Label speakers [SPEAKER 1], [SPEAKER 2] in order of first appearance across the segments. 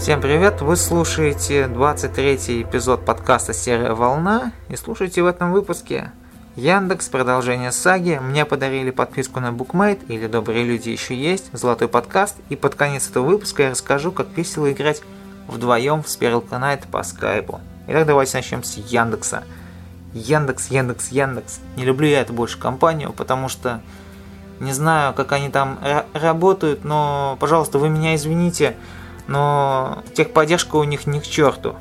[SPEAKER 1] Всем привет! Вы слушаете 23-й эпизод подкаста «Серая волна» и слушаете в этом выпуске Яндекс, продолжение саги, мне подарили подписку на Bookmate или «Добрые люди еще есть», золотой подкаст, и под конец этого выпуска я расскажу, как весело играть вдвоем в Spiralco Knight по скайпу. Итак, давайте начнем с Яндекса. Яндекс. Не люблю я эту больше компанию, потому что не знаю, как они там работают, но, пожалуйста, вы меня извините, но техподдержка у них ни к черту.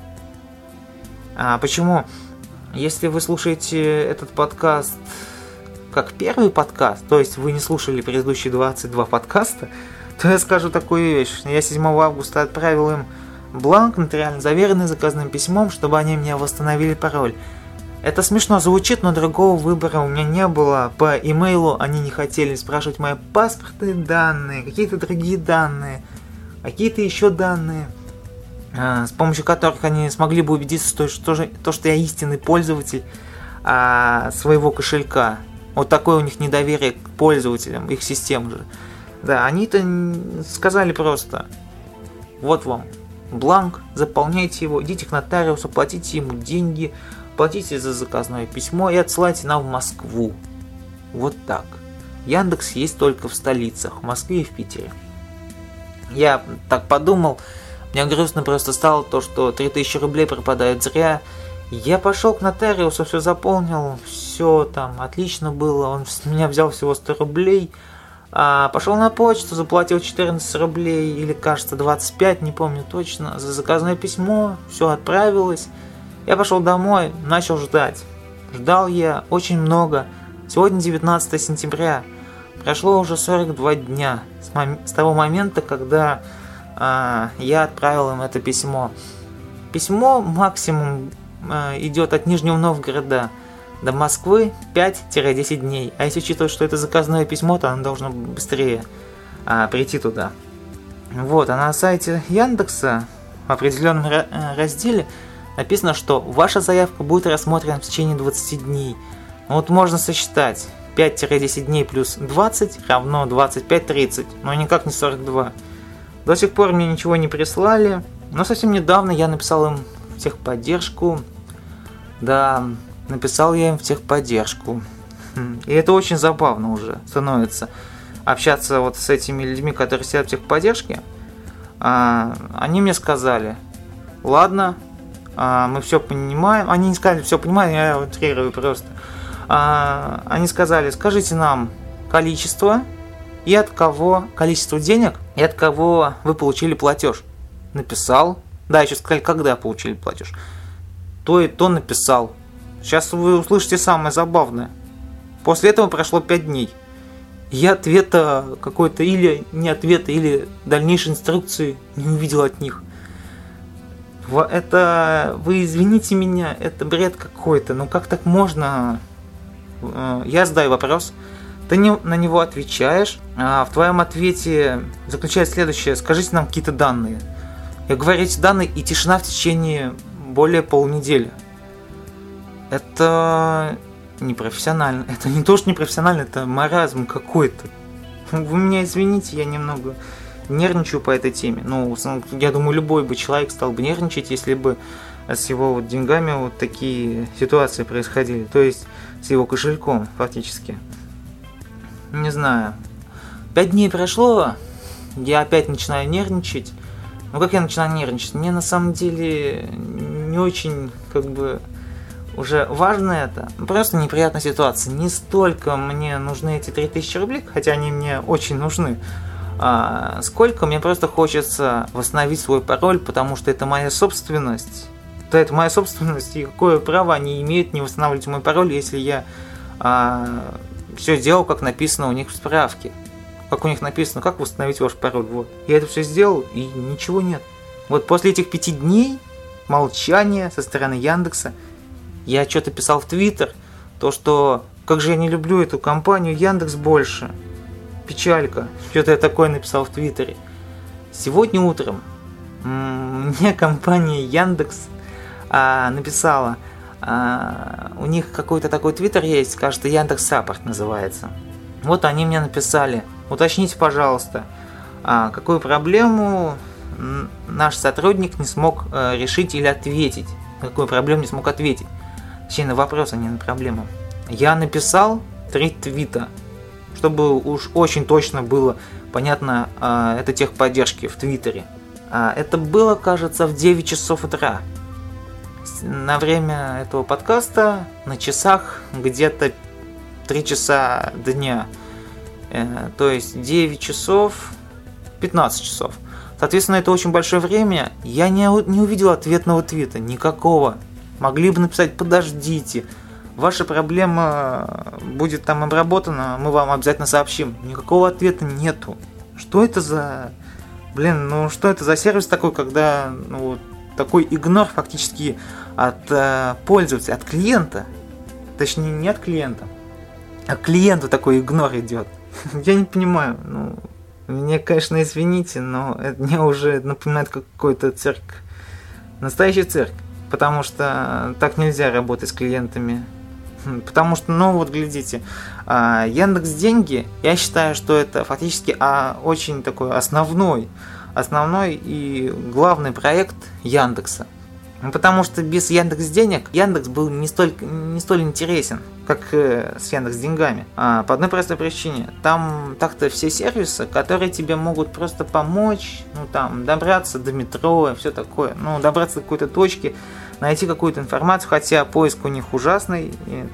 [SPEAKER 1] Почему? Если вы слушаете этот подкаст как первый подкаст, то есть вы не слушали предыдущие 22 подкаста, то я скажу такую вещь. Я 7 августа отправил им бланк, нотариально заверенный заказным письмом, чтобы они мне восстановили пароль. Это смешно звучит, но другого выбора у меня не было. По имейлу они не хотели спрашивать мои паспортные данные, какие-то другие данные, какие-то еще данные, с помощью которых они смогли бы убедиться, что я истинный пользователь своего кошелька. Вот такое у них недоверие к пользователям, их систем же. Да, они-то сказали просто: вот вам бланк, заполняйте его, идите к нотариусу, платите ему деньги, платите за заказное письмо и отсылайте нам в Москву. Вот так. Яндекс есть только в столицах, в Москве и в Питере. Я так подумал, мне грустно просто стало то, что 3000 рублей пропадают зря. Я пошел к нотариусу, все заполнил, все там отлично было, он с меня взял всего 100 рублей. Пошел на почту, заплатил 14 рублей или, кажется, 25, не помню точно, за заказное письмо, все отправилось. Я пошел домой, начал ждать. Ждал я очень много. Сегодня 19 сентября. Прошло уже 42 дня с того момента, когда я отправил им это письмо. Письмо максимум идет от Нижнего Новгорода до Москвы 5-10 дней. А если учитывать, что это заказное письмо, то оно должно быстрее прийти туда. Вот, а на сайте Яндекса в определенном разделе написано, что ваша заявка будет рассмотрена в течение 20 дней. Вот можно сосчитать. 5-10 дней плюс 20 равно 25-30, но никак не 42. До сих пор мне ничего не прислали, но совсем недавно я написал им в техподдержку. Да, написал я им в техподдержку. И это очень забавно уже становится. Общаться вот с этими людьми, которые сидят в техподдержке. Они мне сказали: ладно, мы все понимаем. Они не сказали все понимаем, я утрирую просто. Они сказали: скажите нам количество и от кого, количество денег и от кого вы получили платеж. Написал. Да, еще сказали, когда получили платеж. То и то написал. Сейчас вы услышите самое забавное. После этого прошло 5 дней. Я ответа какой-то, или не ответа, или дальнейшей инструкции не увидел от них. Это, вы извините меня, это бред какой-то. Ну как так можно? Я задаю вопрос, ты на него отвечаешь, а в твоем ответе заключается следующее: скажите нам какие-то данные. Я говорю эти данные, и тишина в течение более полунедели. Это непрофессионально. Это не то, что непрофессионально, это маразм какой-то. Вы меня извините, я немного нервничаю по этой теме. Ну, я думаю, любой бы человек стал бы нервничать, если бы с его вот деньгами вот такие ситуации происходили. То есть с его кошельком фактически. Не знаю. 5 дней прошло, я опять начинаю нервничать. Ну как я начинаю нервничать? Мне на самом деле не очень уже важно это. Просто неприятная ситуация. Не столько мне нужны эти 3000 рублей, хотя они мне очень нужны, сколько мне просто хочется восстановить свой пароль, потому что это моя собственность. Да, это моя собственность, и какое право они имеют не восстанавливать мой пароль, если я все делал, как написано у них в справке. Как у них написано, как восстановить ваш пароль. Вот. Я это все сделал, и ничего нет. Вот после этих 5 дней молчания со стороны Яндекса я что-то писал в Твиттер, то что как же я не люблю эту компанию Яндекс больше. Печалька. Что-то я такое написал в Твиттере. Сегодня утром мне компания Яндекс написала, у них какой-то такой твиттер есть, кажется, Яндекс Саппорт называется. Вот они мне написали: уточните, пожалуйста, какую проблему наш сотрудник не смог решить или ответить. На какую проблему не смог ответить. Точнее, на вопрос, а не на проблему. Я написал 3 твита, чтобы уж очень точно было понятно это техподдержки в Твиттере. Это было, кажется, в 9 часов утра. На время этого подкаста на часах где-то 3 часа дня. То есть 9 часов, 15 часов. Соответственно, это очень большое время. Я не увидел ответного твита, никакого. Могли бы написать: подождите, ваша проблема будет там обработана, мы вам обязательно сообщим. Никакого ответа нету. Что это за... что это за сервис такой, когда такой игнор фактически от пользователя, от клиента. Точнее, не от клиента, а клиенту такой игнор идет. Я не понимаю, меня, конечно, извините, но это мне уже напоминает какой-то цирк. Настоящий цирк. Потому что так нельзя работать с клиентами. Потому что, глядите, Яндекс.Деньги, я считаю, что это фактически очень такой основной и главный проект Яндекса. Потому что без Яндекс.Денег Яндекс был не столь интересен, как с Яндекс.Деньгами. По одной простой причине. Там так-то все сервисы, которые тебе могут просто помочь, добраться до метро и все такое. Добраться до какой-то точки, найти какую-то информацию, хотя поиск у них ужасный.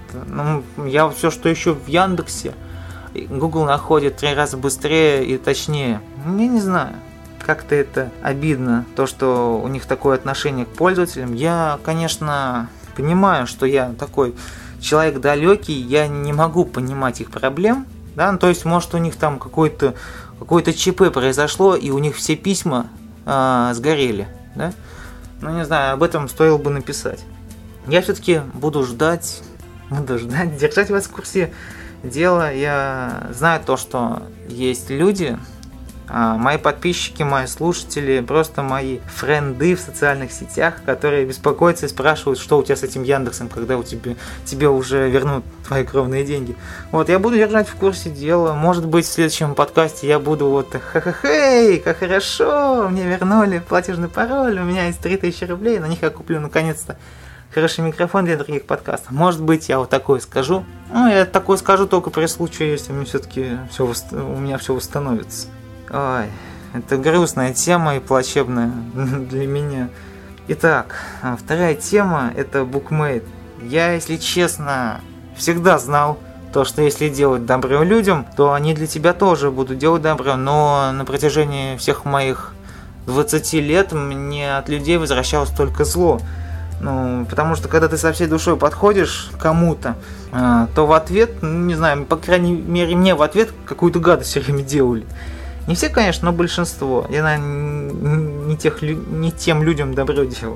[SPEAKER 1] Я все, что еще в Яндексе, Google находит 3 раза быстрее и точнее. Я не знаю. Как-то это обидно, то, что у них такое отношение к пользователям. Я, конечно, понимаю, что я такой человек далекий, я не могу понимать их проблем. Да? То есть, может, у них там какое-то ЧП произошло, и у них все письма сгорели. Да? Не знаю, об этом стоило бы написать. Я все-таки буду ждать, держать вас в курсе дела. Я знаю то, что есть люди... мои подписчики, мои слушатели, просто мои френды в социальных сетях, которые беспокоятся и спрашивают, что у тебя с этим Яндексом, когда тебе уже вернут твои кровные деньги. Я буду держать в курсе дела. Может быть, в следующем подкасте я буду ха-ха-хей, как хорошо, мне вернули платежный пароль, у меня есть 3000 рублей, на них я куплю наконец-то хороший микрофон для других подкастов. Может быть, я такое скажу. Я такое скажу только при случае, если мне все-таки у меня все восстановится. Ой, это грустная тема и плачебная для меня. Итак, вторая тема – это BookMate. Я, если честно, всегда знал то, что если делать добро людям, то они для тебя тоже будут делать добро. Но на протяжении всех моих 20 лет мне от людей возвращалось только зло. Потому что когда ты со всей душой подходишь к кому-то, то в ответ, не знаю, по крайней мере мне в ответ какую-то гадость все время делали. Не все, конечно, но большинство. Я, наверное, не тем людям добро делал.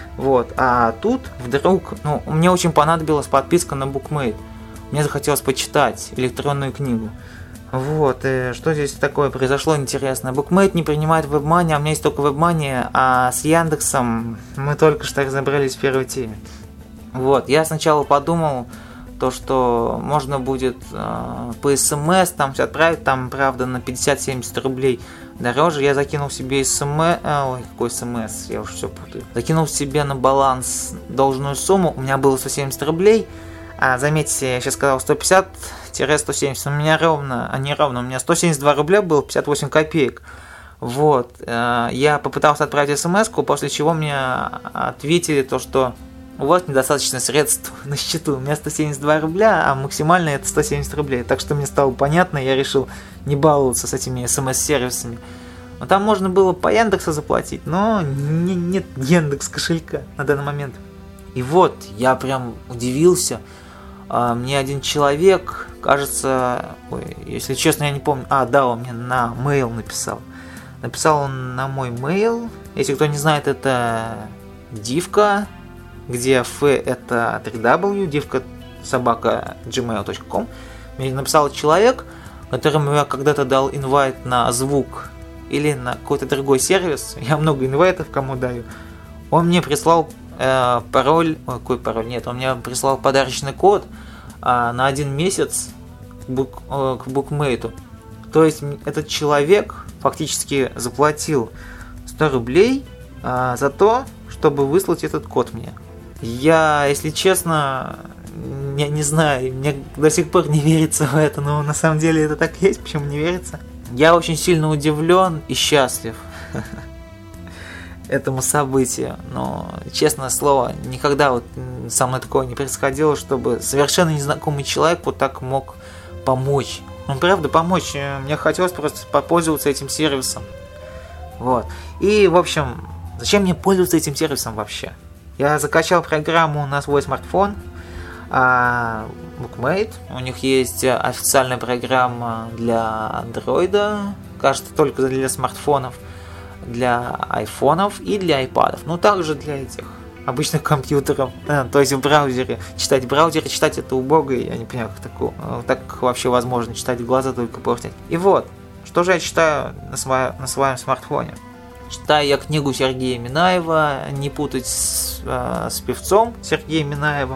[SPEAKER 1] А тут вдруг, мне очень понадобилась подписка на BookMate. Мне захотелось почитать электронную книгу. И что здесь такое произошло интересно? BookMate не принимает WebMoney, а у меня есть только WebMoney, а с Яндексом мы только что разобрались в первой теме. Я сначала подумал, что можно будет по СМС там все отправить, там, правда, на 50-70 рублей дороже. Я закинул себе какой СМС, я уже все путаю. Закинул себе на баланс должную сумму, у меня было 170 рублей. Заметьте, я сейчас сказал 150-170, у меня у меня 172 рубля было, 58 копеек. Я попытался отправить СМС-ку, после чего мне ответили то, что у вас недостаточно средств на счету. У меня 172 рубля, а максимально это 170 рублей. Так что мне стало понятно, я решил не баловаться с этими смс-сервисами. Там можно было по Яндексу заплатить, но нет Яндекс кошелька на данный момент. И я прям удивился. Мне один человек, кажется, если честно, я не помню. Он мне на mail написал. Написал он на мой mail. Если кто не знает, это дивка, где F это 3W, дивка собака gmail.com. Мне написал человек, которому я когда-то дал инвайт на звук или на какой-то другой сервис. Я много инвайтов кому даю. Он мне прислал пароль. Какой пароль? Нет, он мне прислал подарочный код на 1 месяц к BookMate. То есть этот человек фактически заплатил 100 рублей за то, чтобы выслать этот код мне. Я, если честно, не знаю, мне до сих пор не верится в это, но на самом деле это так и есть, почему не верится. Я очень сильно удивлен и счастлив этому событию, но, честное слово, никогда вот со мной такого не происходило, чтобы совершенно незнакомый человек вот так мог помочь. Ну, правда, помочь. Мне хотелось просто попользоваться этим сервисом. Вот. И, в общем, зачем мне пользоваться этим сервисом вообще? Я закачал программу на свой смартфон, Bookmate. У них есть официальная программа для андроида, кажется, только для смартфонов, для айфонов и для айпадов. Ну, также для этих обычных компьютеров. То есть в браузере. Читать это убого, я не понимаю, так вообще возможно читать, глаза только портить. И вот, что же я читаю на своем смартфоне? Читаю я книгу Сергея Минаева, не путать с певцом Сергеем Минаевым.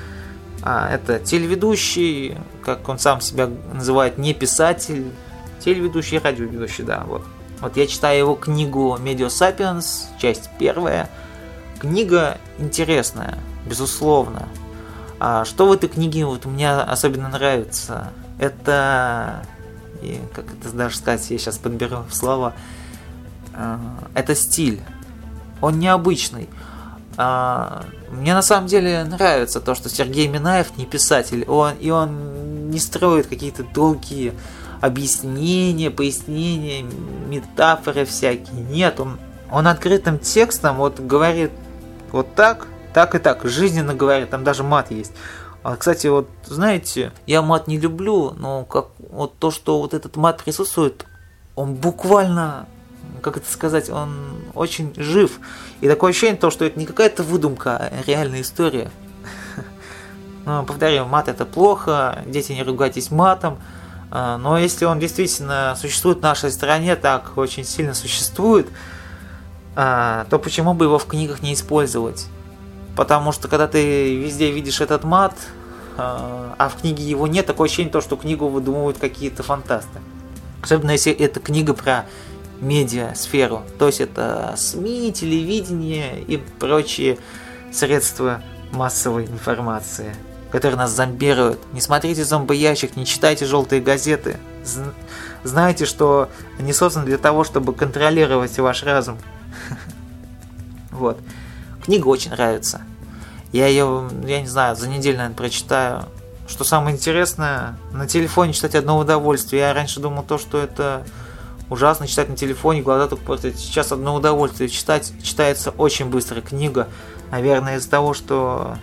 [SPEAKER 1] Это телеведущий, как он сам себя называет, не писатель, телеведущий, радиоведущий, да, вот. Вот я читаю его книгу Medio Sapiens, часть 1. Книга интересная, безусловно. Что в этой книге вот мне особенно нравится, это, как это даже сказать, я сейчас подберу слова, это стиль. Он необычный. Мне на самом деле нравится то, что Сергей Минаев не писатель, он не строит какие-то долгие объяснения, пояснения, метафоры всякие. Нет, он открытым текстом вот говорит вот так и так, жизненно говорит, там даже мат есть. Кстати, вот знаете, я мат не люблю, но как вот то, что вот этот мат присутствует, он буквально, как это сказать, он очень жив. И такое ощущение, что это не какая-то выдумка, а реальная история. Но, повторяю, мат это плохо, дети, не ругайтесь матом. Но если он действительно существует в нашей стране, так очень сильно существует, то почему бы его в книгах не использовать? Потому что когда ты везде видишь этот мат, а в книге его нет, такое ощущение, что книгу выдумывают какие-то фантасты. Особенно если это книга про медиасферу, то есть это СМИ, телевидение и прочие средства массовой информации, которые нас зомбируют. Не смотрите зомбоящик, не читайте желтые газеты. Знайте, что они созданы для того, чтобы контролировать ваш разум. Вот. Книга очень нравится. Я ее, не знаю, за неделю, наверное, прочитаю. Что самое интересное, на телефоне читать одно удовольствие. Я раньше думал что это ужасно читать на телефоне, глаза только портят. Сейчас одно удовольствие читается очень быстро книга. Наверное, из-за того, что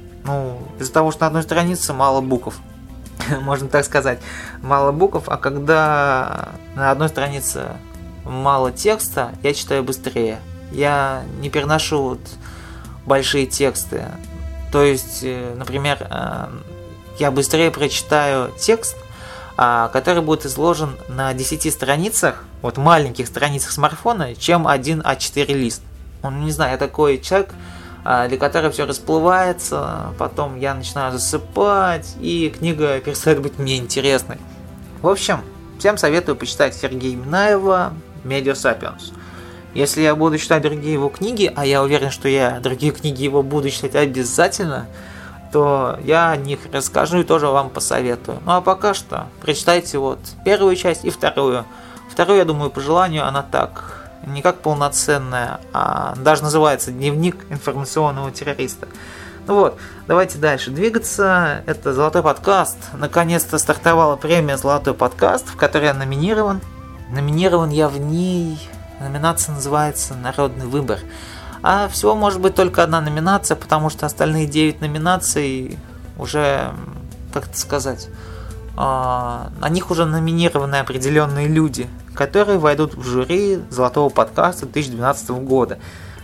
[SPEAKER 1] на одной странице мало букв. Можно так сказать. Мало букв, а когда на одной странице мало текста, я читаю быстрее. Я не переношу большие тексты. То есть, например, я быстрее прочитаю текст, который будет изложен на 10 страницах, маленьких страницах смартфона, чем один А4 лист. Не знаю, я такой человек, для которого все расплывается, потом я начинаю засыпать, и книга перестает быть мне интересной. В общем, всем советую почитать Сергея Минаева Medio Sapiens. Если я буду читать другие его книги, а я уверен, что я другие книги его буду читать обязательно, то я о них расскажу и тоже вам посоветую. Ну а пока что прочитайте первую часть и вторую. Вторую, я думаю, по желанию, она так, не как полноценная, а даже называется «Дневник информационного террориста». Давайте дальше двигаться. Это «Золотой подкаст». Наконец-то стартовала премия «Золотой подкаст», в которой я номинирован. Номинирован я в ней... Номинация называется «Народный выбор». А всего может быть только одна номинация, потому что остальные 9 номинаций уже, как это сказать, на них уже номинированы определенные люди, которые войдут в жюри «Золотого подкаста» 2012 года.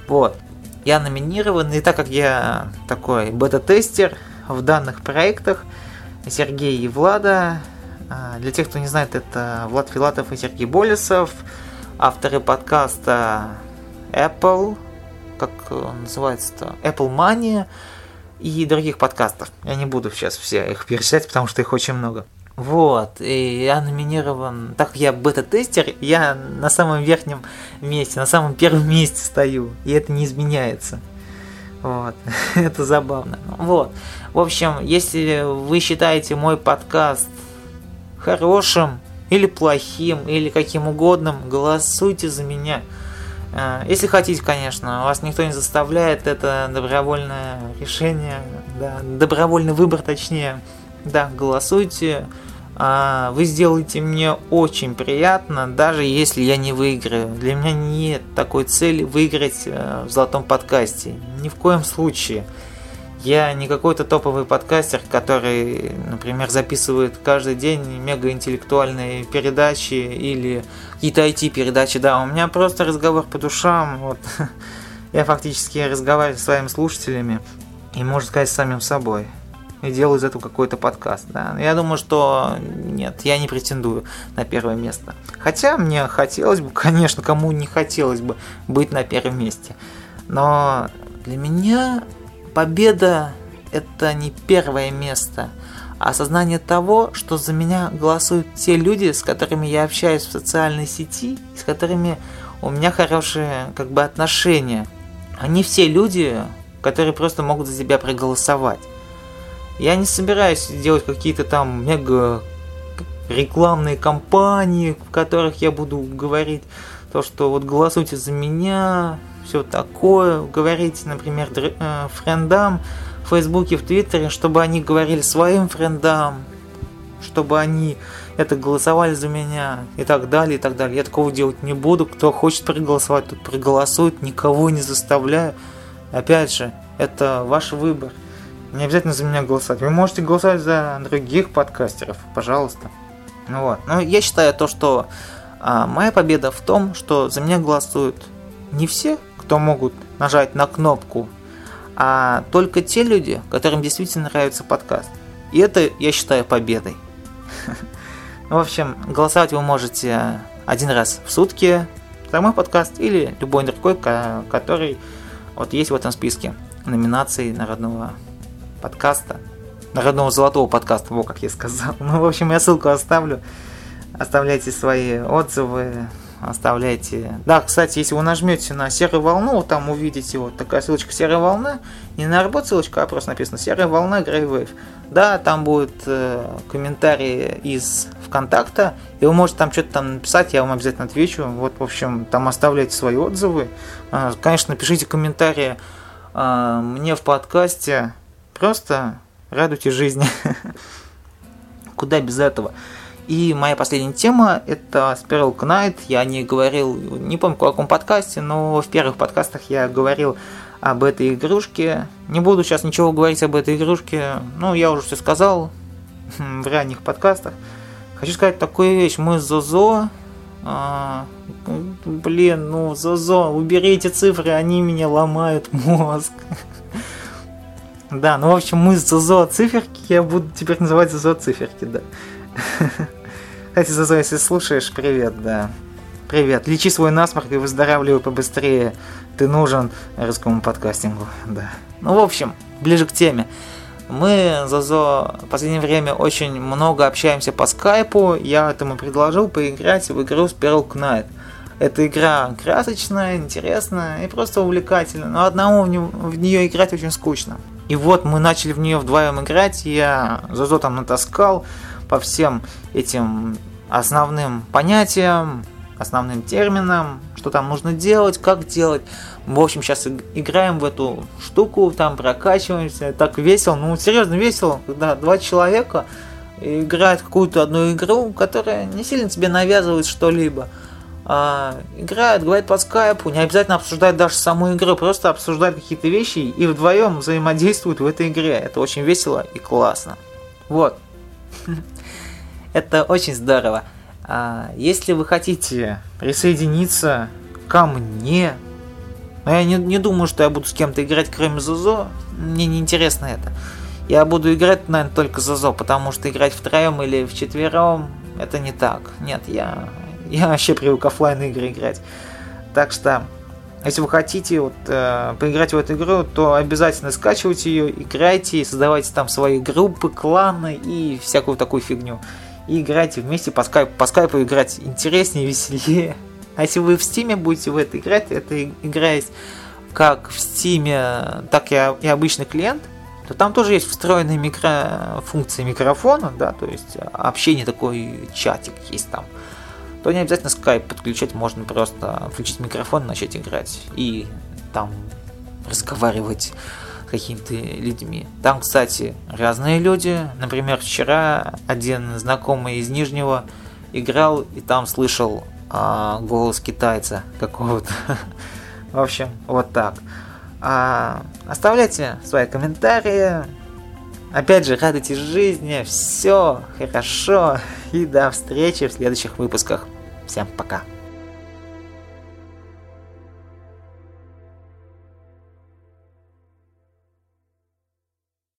[SPEAKER 1] Я номинирован, и так как я такой бета-тестер в данных проектах, Сергей и Влада, для тех, кто не знает, это Влад Филатов и Сергей Болесов, авторы подкаста Apple, как он называется-то, Apple Mania и других подкастов. Я не буду сейчас все их перечислять, потому что их очень много. Вот, и я номинирован, так как я бета-тестер, я на самом верхнем месте, на самом первом месте стою, и это не изменяется. Вот, это забавно. Вот, в общем, если вы считаете мой подкаст хорошим или плохим, или каким угодно, голосуйте за меня. Если хотите, конечно, вас никто не заставляет, это добровольное решение, да, добровольный выбор точнее. Да, голосуйте, вы сделаете мне очень приятно, даже если я не выиграю. Для меня нет такой цели выиграть в золотом подкасте, ни в коем случае. Я не какой-то топовый подкастер, который, например, записывает каждый день мегаинтеллектуальные передачи или какие-то IT-передачи. Да, у меня просто разговор по душам. Вот. Я фактически разговариваю с своими слушателями и, можно сказать, с самим собой. И делаю из этого какой-то подкаст. Да. Я думаю, что нет, я не претендую на первое место. Хотя мне хотелось бы, конечно, кому не хотелось бы быть на первом месте. Но для меня победа – это не первое место, а осознание того, что за меня голосуют те люди, с которыми я общаюсь в социальной сети, с которыми у меня хорошие отношения. Они все люди, которые просто могут за тебя проголосовать. Я не собираюсь делать какие-то там мега рекламные кампании, в которых я буду говорить то, что вот голосуйте за меня, все такое, говорить, например, френдам в Фейсбуке, в Твиттере, чтобы они говорили своим френдам, чтобы они это голосовали за меня и так далее, и так далее. Я такого делать не буду. Кто хочет проголосовать, тот проголосует, никого не заставляю. Опять же, это ваш выбор. Не обязательно за меня голосовать. Вы можете голосовать за других подкастеров, пожалуйста. Вот. Но я считаю то, что моя победа в том, что за меня голосуют не все, кто могут нажать на кнопку, а только те люди, которым действительно нравится подкаст. И это я считаю победой. В общем, голосовать вы можете один раз в сутки за мой подкаст или любой другой, который вот есть в этом списке номинаций народного подкаста, народного золотого подкаста, вот как я сказал. Ну, в общем, я ссылку оставлю. Оставляйте свои отзывы, оставляйте. Да, кстати, если вы нажмете на серую волну, там увидите вот такая ссылочка «Серая волна». Не на работу ссылочка, а просто написано «Серая волна Grey Wave». Да, там будут комментарии из ВКонтакта, и вы можете там что-то там написать, я вам обязательно отвечу. Вот, в общем, там оставляйте свои отзывы. Конечно, пишите комментарии мне в подкасте. Просто радуйте жизни. Куда без этого? И моя последняя тема – это Spiral Knight. Я о ней говорил, не помню в каком подкасте, но в первых подкастах я говорил об этой игрушке. Не буду сейчас ничего говорить об этой игрушке. Ну, я уже все сказал в ранних подкастах. Хочу сказать такую вещь. Мы с Зозо... Зозо, уберите цифры, они меня ломают мозг. Да, ну в общем, мы с Зозо циферки, я буду теперь называть Зозо циферки, да. Кстати, Зозо, если слушаешь, привет, да. Привет, лечи свой насморк и выздоравливай побыстрее. Ты нужен русскому подкастингу, да. Ну, в общем, ближе к теме. Мы с Зозо в последнее время очень много общаемся по скайпу. Я этому предложил поиграть в игру Spiral Knight. Эта игра красочная, интересная и просто увлекательная, но одному в нее играть очень скучно. И вот мы начали в нее вдвоем играть, я Зозо там натаскал по всем этим основным понятиям, основным терминам, что там нужно делать, как делать. В общем, сейчас играем в эту штуку, там прокачиваемся, так весело, ну серьезно весело, когда два человека играют какую-то одну игру, которая не сильно тебе навязывает что-либо. Играют, говорят по скайпу, не обязательно обсуждать даже саму игру, просто обсуждают какие-то вещи и вдвоем взаимодействуют в этой игре. Это очень весело и классно. Вот. Это очень здорово. Если вы хотите присоединиться ко мне, я не думаю, что я буду с кем-то играть, кроме Зозо. Мне не интересно это. Я буду играть, наверное, только Зозо, потому что играть втроем или вчетвером это не так. Нет, я вообще привык оффлайн игры играть. Так что, если вы хотите поиграть в эту игру, то обязательно скачивайте ее, играйте, создавайте там свои группы, кланы и всякую такую фигню. и играйте вместе по скайпу играть интереснее, веселее. А если вы в Steam будете в это играть, это игра есть как в Steam, так и обычный клиент, то там тоже есть встроенная функция микрофона, да, то есть общение, такой чатик есть там. То не обязательно скайп подключать, можно просто включить микрофон и начать играть. И там разговаривать с какими-то людьми. Там, кстати, разные люди. Например, вчера один знакомый из Нижнего играл и там слышал голос китайца какого-то. В общем, вот так. Оставляйте свои комментарии. Опять же, радуйтесь жизни. Все хорошо. И до встречи в следующих выпусках. Всем пока.